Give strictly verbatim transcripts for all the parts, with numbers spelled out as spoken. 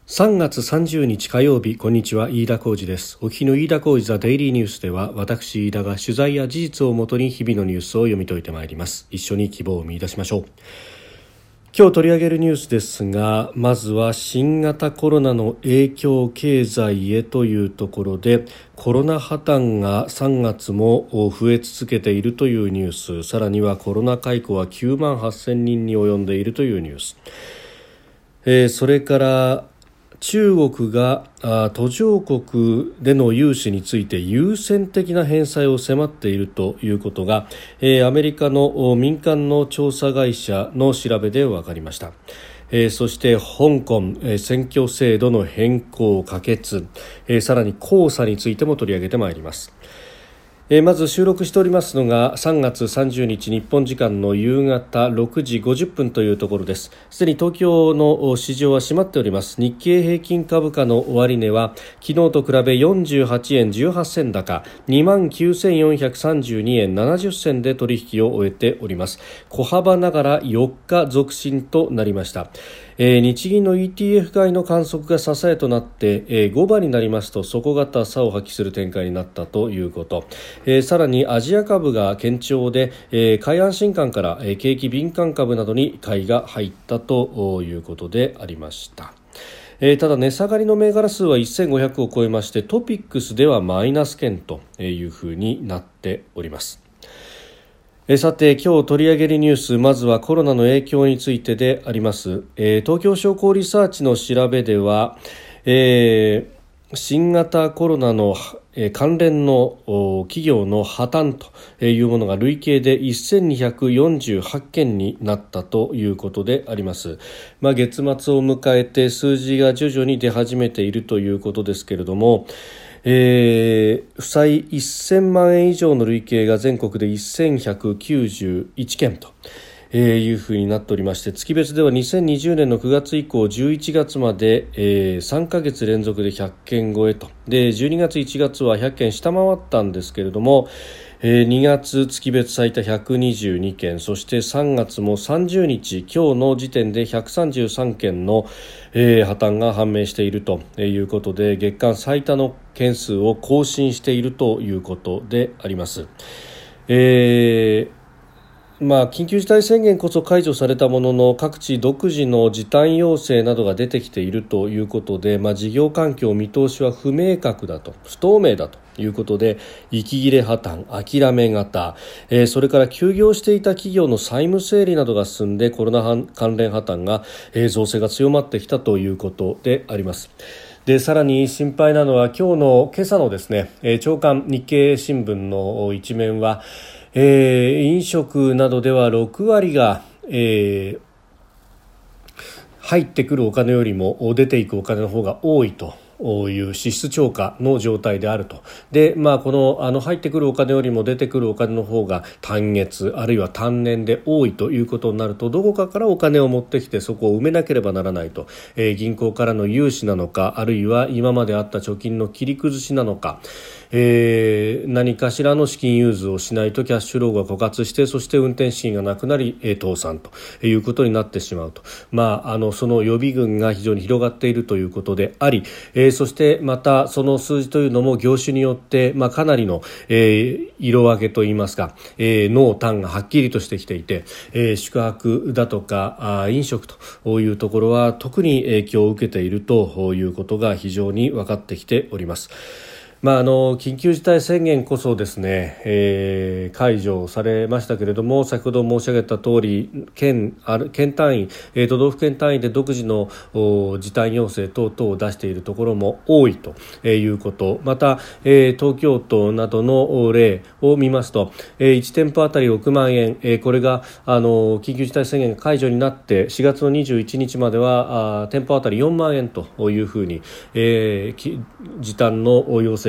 さんがつさんじゅうにち火曜日、こんにちは、飯田浩司です。お聞きの飯田浩司ザデイリーニュースでは、私飯田が取材や事実をもとに日々のニュースを読み解いてまいります。一緒に希望を見出しましょう。今日取り上げるニュースですが、まずは新型コロナの影響経済へというところで、コロナ破綻がさんがつも増え続けているというニュース、さらにはコロナ解雇はきゅうまんはっせんにんに及んでいるというニュース、えー、それから中国が途上国での融資について優先的な返済を迫っているということが、えー、アメリカの民間の調査会社の調べで分かりました。えー、そして香港、えー、選挙制度の変更可決、えー、さらに黄砂についても取り上げてまいります。えー、まず収録しておりますのがさんがつさんじゅうにち日本時間の夕方ろくじごじゅっぷんというところです。すでに東京の市場は閉まっております。日経平均株価の終値は昨日と比べよんじゅうはちえんじゅうはっせん高 にまんきゅうせんよんひゃくさんじゅうにえんななじゅっせんで取引を終えております。小幅ながらよっか続伸となりました。えー、日銀の イーティーエフ 買いの観測が支えとなって、えー、ごばになりますと底堅さを発揮する展開になったということ、えー、さらにアジア株が堅調で、えー、買い安心感から、えー、景気敏感株などに買いが入ったということでありました。えー、ただ値下がりの銘柄数はせんごひゃくを超えまして、トピックスではマイナス圏というふうになっております。えさて今日取り上げるニュース、まずはコロナの影響についてであります。えー、東京商工リサーチの調べでは、えー、新型コロナの関連の企業の破綻というものが累計でせんにひゃくよんじゅうはちけんになったということであります。まあ、月末を迎えて数字が徐々に出始めているということですけれども、えー、負債せんまんえん以上の累計が全国でせんひゃくきゅうじゅういちけんというふうになっておりまして、月別ではにせんにじゅうねんのくがつ以降じゅういちがつまで、えー、さんかげつ連続でひゃっけん超えと、でじゅうにがついちがつはひゃっけん下回ったんですけれども、えー、にがつ月別最多ひゃくにじゅうにけん、そしてさんがつもさんじゅうにち今日の時点でひゃくさんじゅうさんけんの、えー、破綻が判明しているということで、月間最多の件数を更新しているということであります。えーまあ、緊急事態宣言こそ解除されたものの、各地独自の時短要請などが出てきているということで、まあ、事業環境見通しは不明確だと、不透明だということで、息切れ破綻、諦め型、えー、それから休業していた企業の債務整理などが進んで、コロナ関連破綻が、えー、増勢が強まってきたということであります。でさらに心配なのは今日の今朝のですね、えー、朝刊日経新聞の一面は、えー、飲食などではろくわりが、えー、入ってくるお金よりも出ていくお金の方が多いという支出超過の状態であると。で、まあ、この、あの入ってくるお金よりも出てくるお金の方が単月あるいは単年で多いということになると、どこかからお金を持ってきてそこを埋めなければならないと、えー、銀行からの融資なのか、あるいは今まであった貯金の切り崩しなのか、えー、何かしらの資金融通をしないとキャッシュローが枯渇して、そして運転資金がなくなり、えー、倒産ということになってしまうと、まあ、あのその予備軍が非常に広がっているということであり、えー、そしてまたその数字というのも業種によって、まあ、かなりの、えー、色分けといいますか、えー、濃淡がはっきりとしてきていて、えー、宿泊だとかあ飲食というところは特に影響を受けているということが非常に分かってきております。まあ、あの緊急事態宣言こそですね、えー、解除されましたけれども、先ほど申し上げた通り、県、ある県単位、えー、都道府県単位で独自の時短要請等々を出しているところも多いということ、また、えー、東京都などの例を見ますと、えー、いち店舗あたりろくまんえん、えー、これがあの緊急事態宣言が解除になってしがつのにじゅういちにちまではあ店舗あたりよんまんえんというふうに、えー、時短の要請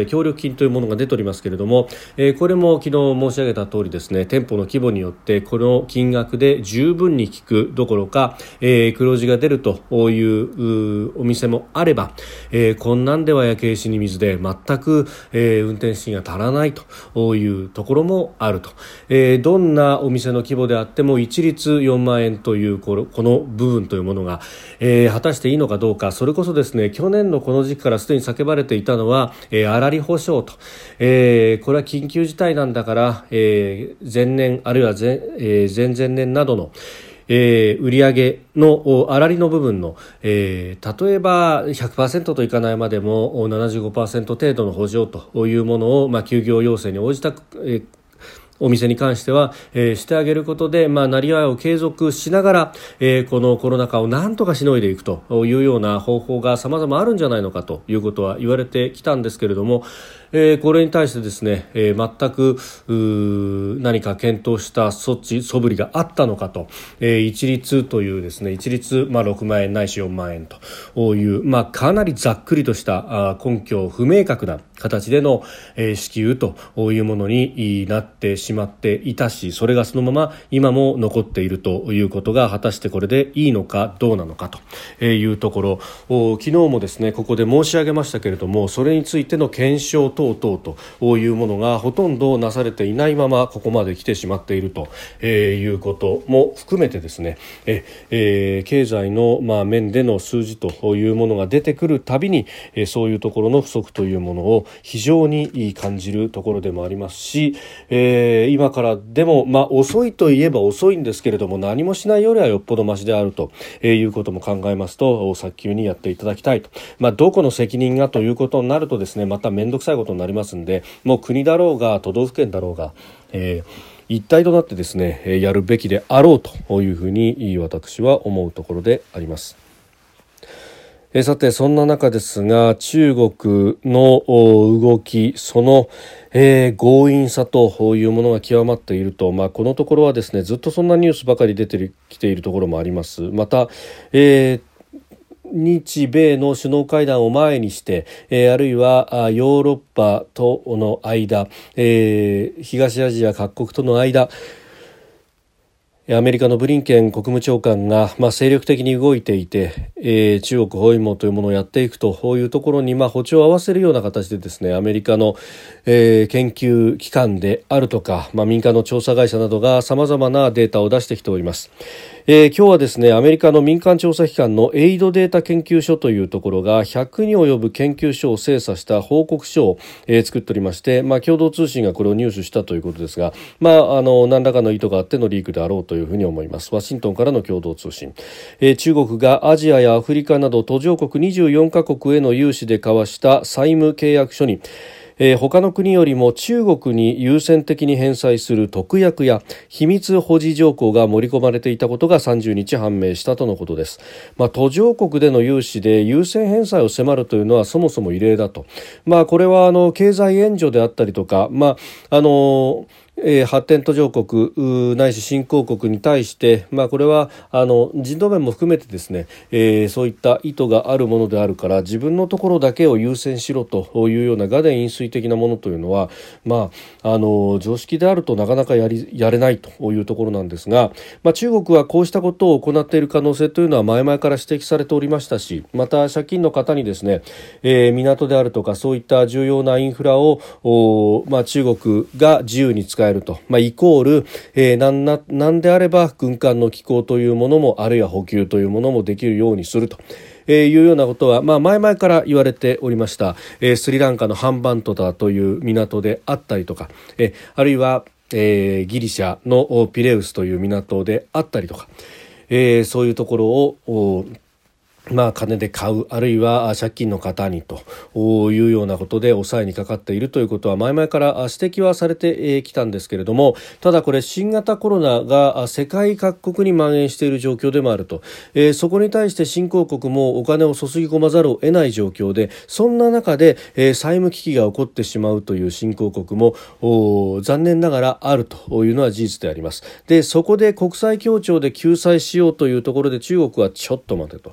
で協力金というものが出ておりますけれども、えー、これも昨日申し上げた通りですね、店舗の規模によってこの金額で十分に効くどころか、えー、黒字が出るというお店もあれば、えー、こんなんでは焼け石に水で全く、えー、運転資金が足らないというところもあると、えー、どんなお店の規模であっても一律よんまん円というこの、この部分というものが、えー、果たしていいのかどうか。それこそですね、去年のこの時期からすでに叫ばれていたのは、えー、粗利保証と、えー、これは緊急事態なんだから、えー、前年あるいは前、えー、前々年などのえー、売上の粗利の部分の、えー、例えば ひゃくパーセント といかないまでも ななじゅうごパーセント 程度の補助というものを、まあ、休業要請に応じた、えーお店に関しては、えー、してあげることで、まあ、なりわいを継続しながら、えー、このコロナ禍をなんとかしのいでいくというような方法が様々あるんじゃないのかということは言われてきたんですけれども、えー、これに対してですね、えー、全く何か検討した措置素振りがあったのかと、えー、一律というですね、一律、まあ、ろくまん円ないしよんまん円という、まあ、かなりざっくりとしたあ根拠不明確な形での、えー、支給というものになってしまっていたし、それがそのまま今も残っているということが果たしてこれでいいのかどうなのかというところ、昨日もですねここで申し上げましたけれども、それについての検証等々というものがほとんどなされていないままここまで来てしまっているということも含めてですね、ええー、経済のまあ面での数字というものが出てくるたびに、そういうところの不足というものを非常に感じるところでもありますし、えー、今からでも、まあ、遅いといえば遅いんですけれども、何もしないよりはよっぽどマシであるということも考えますと、早急にやっていただきたいと、まあ、どこの責任がということになるとですね、また面倒くさいことになりますんで、もう国だろうが都道府県だろうが、えー一体となってですねやるべきであろうというふうに私は思うところであります。えさてそんな中ですが、中国の動き、その、えー、強引さというものが極まっていると、まあ、このところはですねずっとそんなニュースばかり出てきているところもあります。また、えー日米の首脳会談を前にして、えー、あるいはヨーロッパとの間、えー、東アジア各国との間、アメリカのブリンケン国務長官が、まあ、精力的に動いていて、えー、中国包囲網というものをやっていくというところに、まあ、歩調を合わせるような形でですね、アメリカの、えー、研究機関であるとか、まあ、民間の調査会社などが様々なデータを出してきております。えー、今日はですね、アメリカの民間調査機関のエイドデータ研究所というところがひゃくに及ぶ研究所を精査した報告書を、えー、作っておりまして、まあ、共同通信がこれを入手したということですが、まあ、あの何らかの意図があってのリークであろうというふうに思います。ワシントンからの共同通信、えー、中国がアジアやアフリカなど途上国にじゅうよんカ国への融資で交わした債務契約書に、えー、他の国よりも中国に優先的に返済する特約や秘密保持条項が盛り込まれていたことがさんじゅうにち判明したとのことです。まあ、途上国での融資で優先返済を迫るというのはそもそも異例だと。まあ、これはあの経済援助であったりとか、まああのえー、発展途上国ないし新興国に対して、まあ、これはあの人道面も含めてですね、えー、そういった意図があるものであるから自分のところだけを優先しろというような雅典飲水的なものというのは、まあ、あの常識であるとなかなかやり、やれないというところなんですが、まあ、中国はこうしたことを行っている可能性というのは前々から指摘されておりましたし、また借金の方にですね、えー、港であるとかそういった重要なインフラを、まあ、中国が自由に使えると、まあ、イコール、えー、なんな、なんであれば軍艦の寄港というものもあるいは補給というものもできるようにするとえー、いうようなことは、まあ、前々から言われておりました、えー、スリランカのハンバントタという港であったりとか、えー、あるいは、えー、ギリシャのピレウスという港であったりとか、えー、そういうところをまあ、金で買うあるいは借金の方にというようなことで抑えにかかっているということは前々から指摘はされてきたんですけれども、ただこれ新型コロナが世界各国に蔓延している状況でもあると、えー、そこに対して新興国もお金を注ぎ込まざるを得ない状況で、そんな中で、えー、債務危機が起こってしまうという新興国も残念ながらあるというのは事実であります。でそこで国際協調で救済しようというところで中国はちょっと待てと、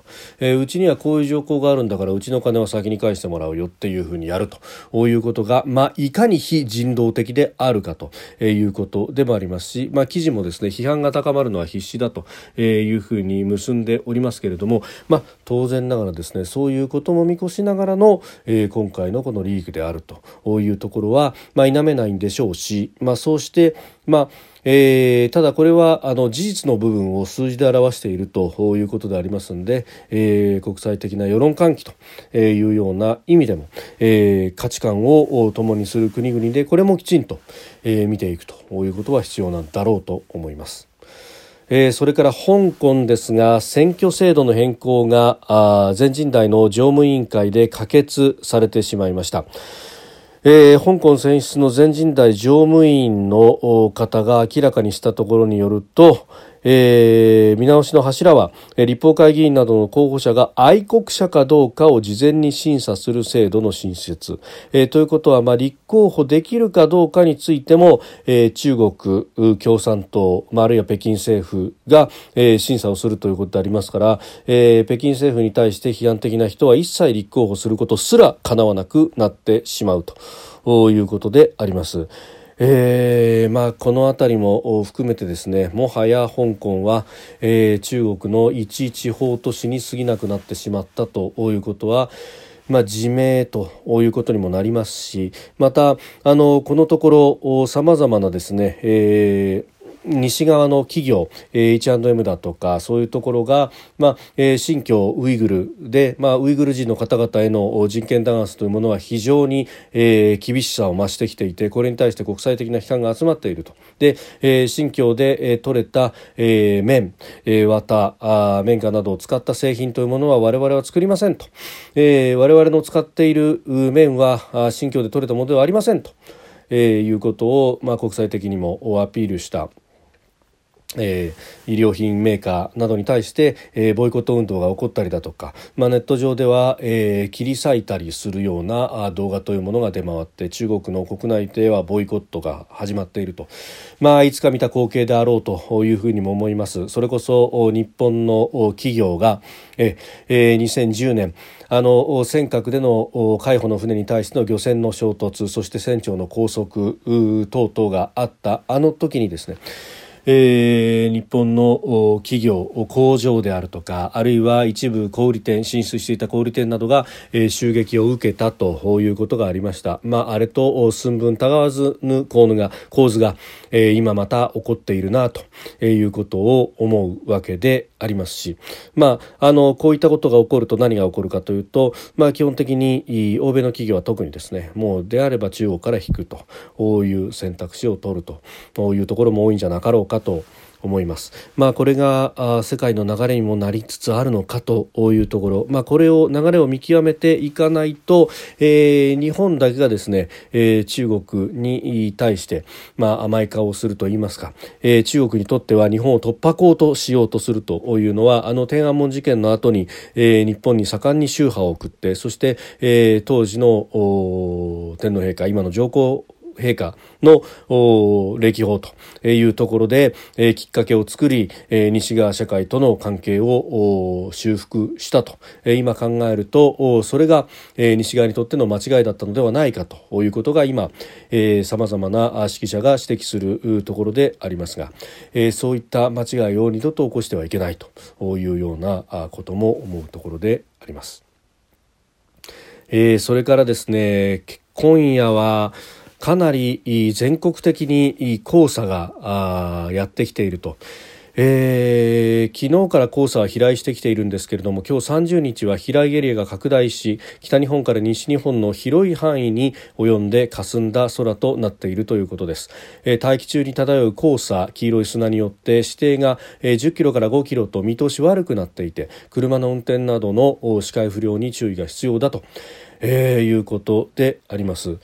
えー、うちにはこういう条項があるんだからうちの金は先に返してもらうよっていうふうにやるということが、まあ、いかに非人道的であるかということでもありますし、まあ、記事もですね、批判が高まるのは必至だというふうに結んでおりますけれども、まあ、当然ながらですね、そういうことも見越しながらの、えー、今回のこのリークであるというところは、まあ、否めないんでしょうし、まあ、そうして、まあえー、ただこれはあの事実の部分を数字で表しているということでありますので、えー、国際的な世論喚起というような意味でも、えー、価値観を共にする国々でこれもきちんと、えー、見ていくということは必要なんだろうと思います。えー、それから香港ですが、選挙制度の変更があ全人代の常務委員会で可決されてしまいました。えー、香港選出の全人代常務委員の方が明らかにしたところによると、えー、見直しの柱は立法会議員などの候補者が愛国者かどうかを事前に審査する制度の新設、えー、ということは、まあ、立候補できるかどうかについても、えー、中国共産党、まあ、あるいは北京政府が、えー、審査をするということでありますから、えー、北京政府に対して批判的な人は一切立候補することすら叶わなくなってしまうということであります。えーまあ、このあたりも含めてですね、もはや香港は、えー、中国の一地方都市に過ぎなくなってしまったということは、まあ、自明ということにもなりますし、またあのこのところさまざまなですね、えー西側の企業、えー、エイチアンドエム だとかそういうところが、まあえー、新疆ウイグルで、まあ、ウイグル人の方々への人権弾圧というものは非常に、えー、厳しさを増してきていて、これに対して国際的な批判が集まっていると。で、えー、新疆で、えー、取れた、えー、綿、えー、綿あ綿花などを使った製品というものは我々は作りませんと、えー、我々の使っている綿は新疆で取れたものではありませんと、えー、いうことを、まあ、国際的にもアピールしたえー、医療品メーカーなどに対して、えー、ボイコット運動が起こったりだとか、まあ、ネット上では、えー、切り裂いたりするような動画というものが出回って、中国の国内ではボイコットが始まっていると、まあ、いつか見た光景であろうというふうにも思います。それこそ日本の企業が、えー、にせんじゅうねんあの尖閣での海保の船に対しての漁船の衝突、そして船長の拘束等々があったあの時にですね、えー、日本の企業工場であるとか、あるいは一部小売店進出していた小売店などが、えー、襲撃を受けたということがありました。まあ、あれと寸分たがわずぬ構図が、構図が、えー、今また起こっているなということを思うわけでありますし、まあ、あのこういったことが起こると何が起こるかというと、まあ、基本的に欧米の企業は特にですね、もうであれば中国から引くという選択肢を取るというところも多いんじゃなかろうかと思います。まあ、これが世界の流れにもなりつつあるのかというところ、まあ、これを流れを見極めていかないと、えー、日本だけがですね、えー、中国に対して、まあ、甘い顔をするといいますか、えー、中国にとっては日本を突破口としようとするというのは、あの天安門事件の後に、えー、日本に盛んに秋波を送って、そして、えー、当時の天皇陛下、今の上皇陛下の歴訪というところで、えー、きっかけを作り、えー、西側社会との関係を修復したと、えー、今考えるとそれが、えー、西側にとっての間違いだったのではないかということが今、えー、様々な識者が指摘するところでありますが、えー、そういった間違いを二度と起こしてはいけないというようなことも思うところであります。えー、それからですね、今夜はかなり全国的に黄砂がやってきていると、えー、昨日から黄砂は飛来してきているんですけれども、今日さんじゅうにちは飛来エリアが拡大し、北日本から西日本の広い範囲に及んで霞んだ空となっているということです。えー、大気中に漂う黄砂、黄色い砂によって視程がじゅっキロからごキロと見通し悪くなっていて、車の運転などの視界不良に注意が必要だと、えー、いうことであります。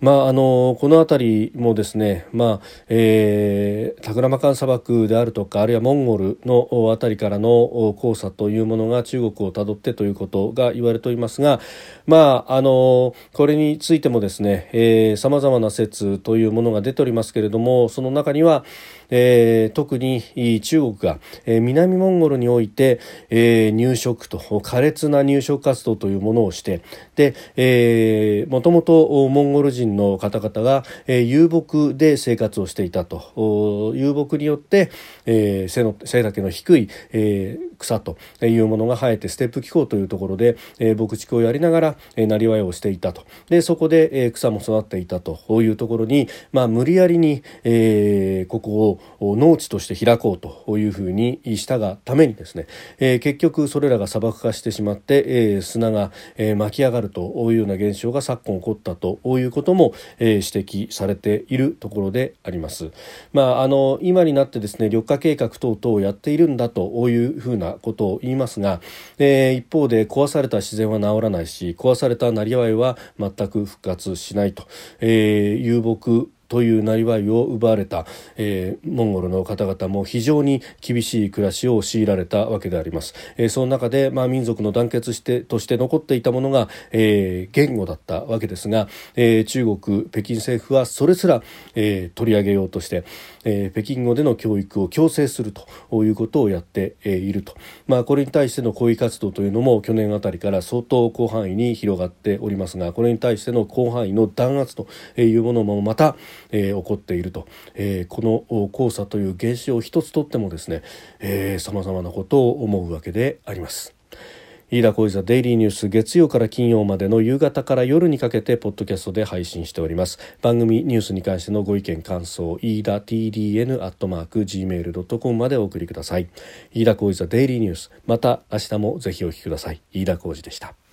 まあ、あのこの辺りもですね、まあえー、タクラマカン砂漠であるとかあるいはモンゴルの辺りからの黄砂というものが中国をたどってということが言われておりますが、まあ、あのこれについてもですねさまざまな説というものが出ておりますけれども、その中にはえー、特に中国が、えー、南モンゴルにおいて、えー、入植と苛烈な入植活動というものをしてで、えー、もともとモンゴル人の方々が、えー、遊牧で生活をしていたと。遊牧によって、えー、背の背丈の低い、えー、草というものが生えてステップ気候というところで、えー、牧畜をやりながら、えー、なりわいをしていたと。でそこで、えー、草も育っていたというところに、まあ、無理やりに、えー、ここを農地として開こうというふうにしたがためにですね、えー、結局それらが砂漠化してしまって、えー、砂が、えー、巻き上がるというような現象が昨今起こったということも、えー、指摘されているところであります。まあ、あの今になってですね、緑化計画等々をやっているんだというふうなことを言いますが、えー、一方で壊された自然は治らないし、壊されたなりわいは全く復活しないと、えー、遊牧というなりわいを奪われた、えー、モンゴルの方々も非常に厳しい暮らしを強いられたわけであります。えー、その中で、まあ、民族の団結してとして残っていたものが、えー、言語だったわけですが、えー、中国北京政府はそれすら、えー、取り上げようとして、えー、北京語での教育を強制するということをやっていると。まあ、これに対しての抗議活動というのも去年あたりから相当広範囲に広がっておりますが、これに対しての広範囲の弾圧というものもまたえー、起こっていると、えー、この黄砂という現象を一つとってもですね、えー、様々なことを思うわけであります。飯田浩司ザデイリーニュース、月曜から金曜までの夕方から夜にかけてポッドキャストで配信しております。番組ニュースに関してのご意見感想、飯田 ティーディーエヌ アットマーク ジーメール ドットコム までお送りください。飯田浩司ザデイリーニュース、また明日もぜひお聞きください。飯田浩司でした。